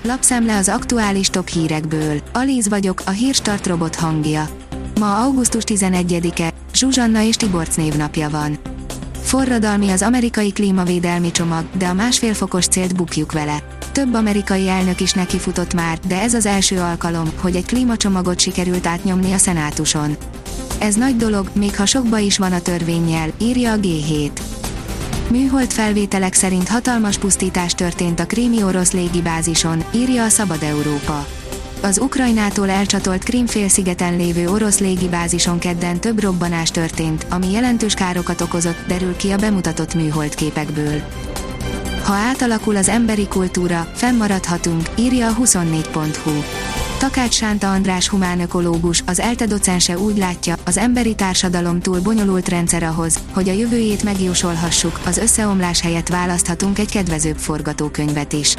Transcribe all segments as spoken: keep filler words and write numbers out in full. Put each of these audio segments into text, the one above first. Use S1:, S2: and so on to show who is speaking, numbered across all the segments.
S1: Lapszemle az aktuális top hírekből. Alíz vagyok, a Hírstart robot hangja. Ma augusztus tizenegyedike, Zsuzsanna és Tiborc névnapja van. Forradalmi az amerikai klímavédelmi csomag, de a másfél fokos célt bukjuk vele. Több amerikai elnök is nekifutott már, de ez az első alkalom, hogy egy klímacsomagot sikerült átnyomni a szenátuson. Ez nagy dolog, még ha sokba is van a törvénnyel, írja a gé hét. Műhold felvételek szerint hatalmas pusztítás történt a krími orosz légibázison, írja a Szabad Európa. Az Ukrajnától elcsatolt Krím-félszigeten lévő orosz légibázison kedden több robbanás történt, ami jelentős károkat okozott, derül ki a bemutatott műholdképekből. Ha átalakul az emberi kultúra, fennmaradhatunk, írja a huszonnégy pont hu. Takács Sánta András humánökológus, az ELTE docense úgy látja, az emberi társadalom túl bonyolult rendszer ahhoz, hogy a jövőjét megjósolhassuk, az összeomlás helyett választhatunk egy kedvezőbb forgatókönyvet is.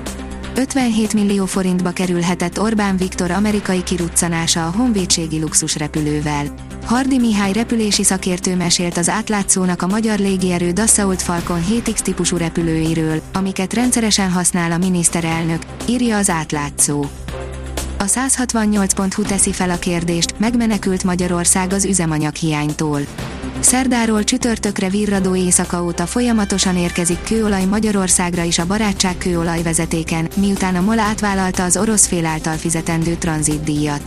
S1: ötvenhét millió forintba kerülhetett Orbán Viktor amerikai kiruccanása a honvédségi luxusrepülővel. Hardy Mihály repülési szakértő mesélt az átlátszónak a magyar légierő Dassault Falcon hét X típusú repülőiről, amiket rendszeresen használ a miniszterelnök, írja az átlátszó. A száz hatvannyolc pont hu teszi fel a kérdést, megmenekült Magyarország az üzemanyag hiánytól. Szerdáról csütörtökre virradó éjszaka óta folyamatosan érkezik kőolaj Magyarországra is a Barátság kőolajvezetéken, miután a MOL átvállalta az orosz fél által fizetendő tranzitdíjat.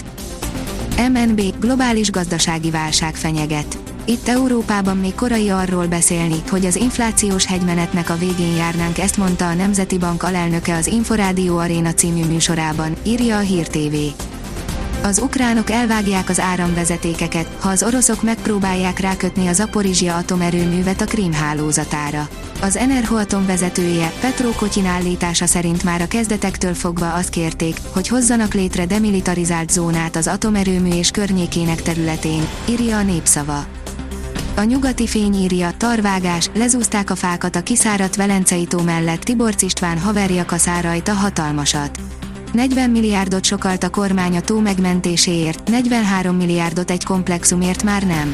S1: em en bé globális gazdasági válság fenyeget. Itt Európában még korai arról beszélni, hogy az inflációs hegymenetnek a végén járnánk, ezt mondta a Nemzeti Bank alelnöke az Inforádió Aréna című műsorában, írja a Hír té vé. Az ukránok elvágják az áramvezetékeket, ha az oroszok megpróbálják rákötni a Zaporizsja atomerőművet a Krím hálózatára. Az Enerhoatom vezetője, Petro Kotyin állítása szerint már a kezdetektől fogva azt kérték, hogy hozzanak létre demilitarizált zónát az atomerőmű és környékének területén, írja a Népszava. A Nyugati Fény írja, tarvágás, lezúzták a fákat a kiszáradt Velencei tó mellett, Tiborcs István haverja kaszál rajta hatalmasat. negyven milliárdot sokalt a kormány a tó megmentéséért, negyvenhárom milliárdot egy komplexumért már nem.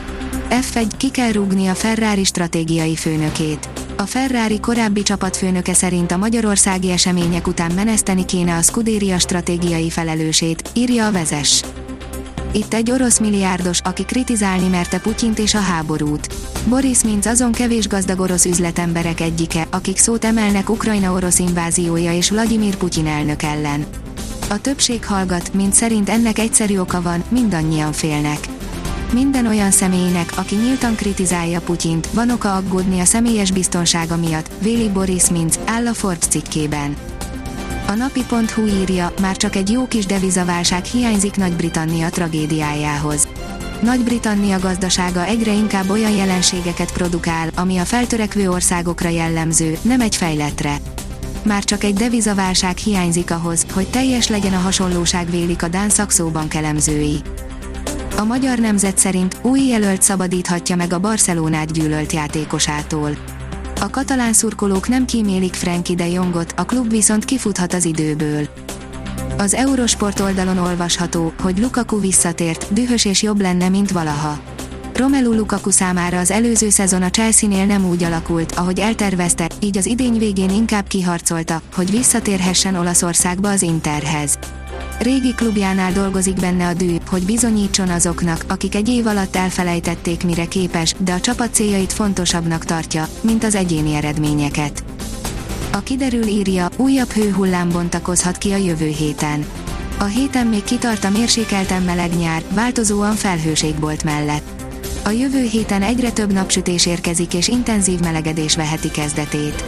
S1: ef egy ki kell rúgni a Ferrari stratégiai főnökét. A Ferrari korábbi csapatfőnöke szerint a magyarországi események után meneszteni kéne a Scuderia stratégiai felelősét, írja a Vezess. Itt egy orosz milliárdos, aki kritizálni merte Putyint és a háborút. Boris Minc azon kevés gazdag orosz üzletemberek egyike, akik szót emelnek Ukrajna orosz inváziója és Vladimir Putyin elnök ellen. A többség hallgat, mint szerint ennek egyszerű oka van, mindannyian félnek. Minden olyan személynek, aki nyíltan kritizálja Putyint, van oka aggódni a személyes biztonsága miatt, véli Boris Minc, áll a Forbes cikkében. A napi pont hu írja, már csak egy jó kis devizaválság hiányzik Nagy-Britannia tragédiájához. Nagy-Britannia gazdasága egyre inkább olyan jelenségeket produkál, ami a feltörekvő országokra jellemző, nem egy fejlettre. Már csak egy devizaválság hiányzik ahhoz, hogy teljes legyen a hasonlóság, vélik a dán Saxo Bank elemzői. A Magyar Nemzet szerint új jelölt szabadíthatja meg a Barcelonát gyűlölt játékosától. A katalán szurkolók nem kímélik Frenkie de Jongot, a klub viszont kifuthat az időből. Az Eurosport oldalon olvasható, hogy Lukaku visszatért, dühös és jobb lenne, mint valaha. Romelu Lukaku számára az előző szezon a Chelsea-nél nem úgy alakult, ahogy eltervezte, így az idény végén inkább kiharcolta, hogy visszatérhessen Olaszországba az Interhez. Régi klubjánál dolgozik benne a dű, hogy bizonyítson azoknak, akik egy év alatt elfelejtették, mire képes, de a csapat céljait fontosabbnak tartja, mint az egyéni eredményeket. A Kiderül írja, újabb hőhullám bontakozhat ki a jövő héten. A héten még kitart a mérsékelten meleg nyár, változóan felhőségbolt mellett. A jövő héten egyre több napsütés érkezik és intenzív melegedés veheti kezdetét.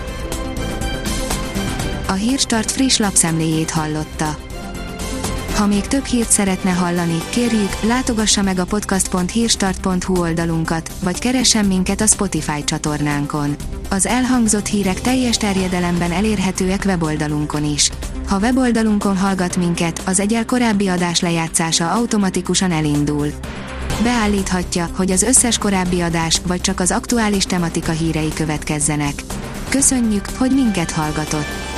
S1: A Hírstart friss lapszemléjét hallotta. Ha még több hírt szeretne hallani, kérjük, látogassa meg a podcast pont hírstart pont hu oldalunkat, vagy keressen minket a Spotify csatornánkon. Az elhangzott hírek teljes terjedelemben elérhetőek weboldalunkon is. Ha weboldalunkon hallgat minket, az egyel korábbi adás lejátszása automatikusan elindul. Beállíthatja, hogy az összes korábbi adás, vagy csak az aktuális tematika hírei következzenek. Köszönjük, hogy minket hallgatott!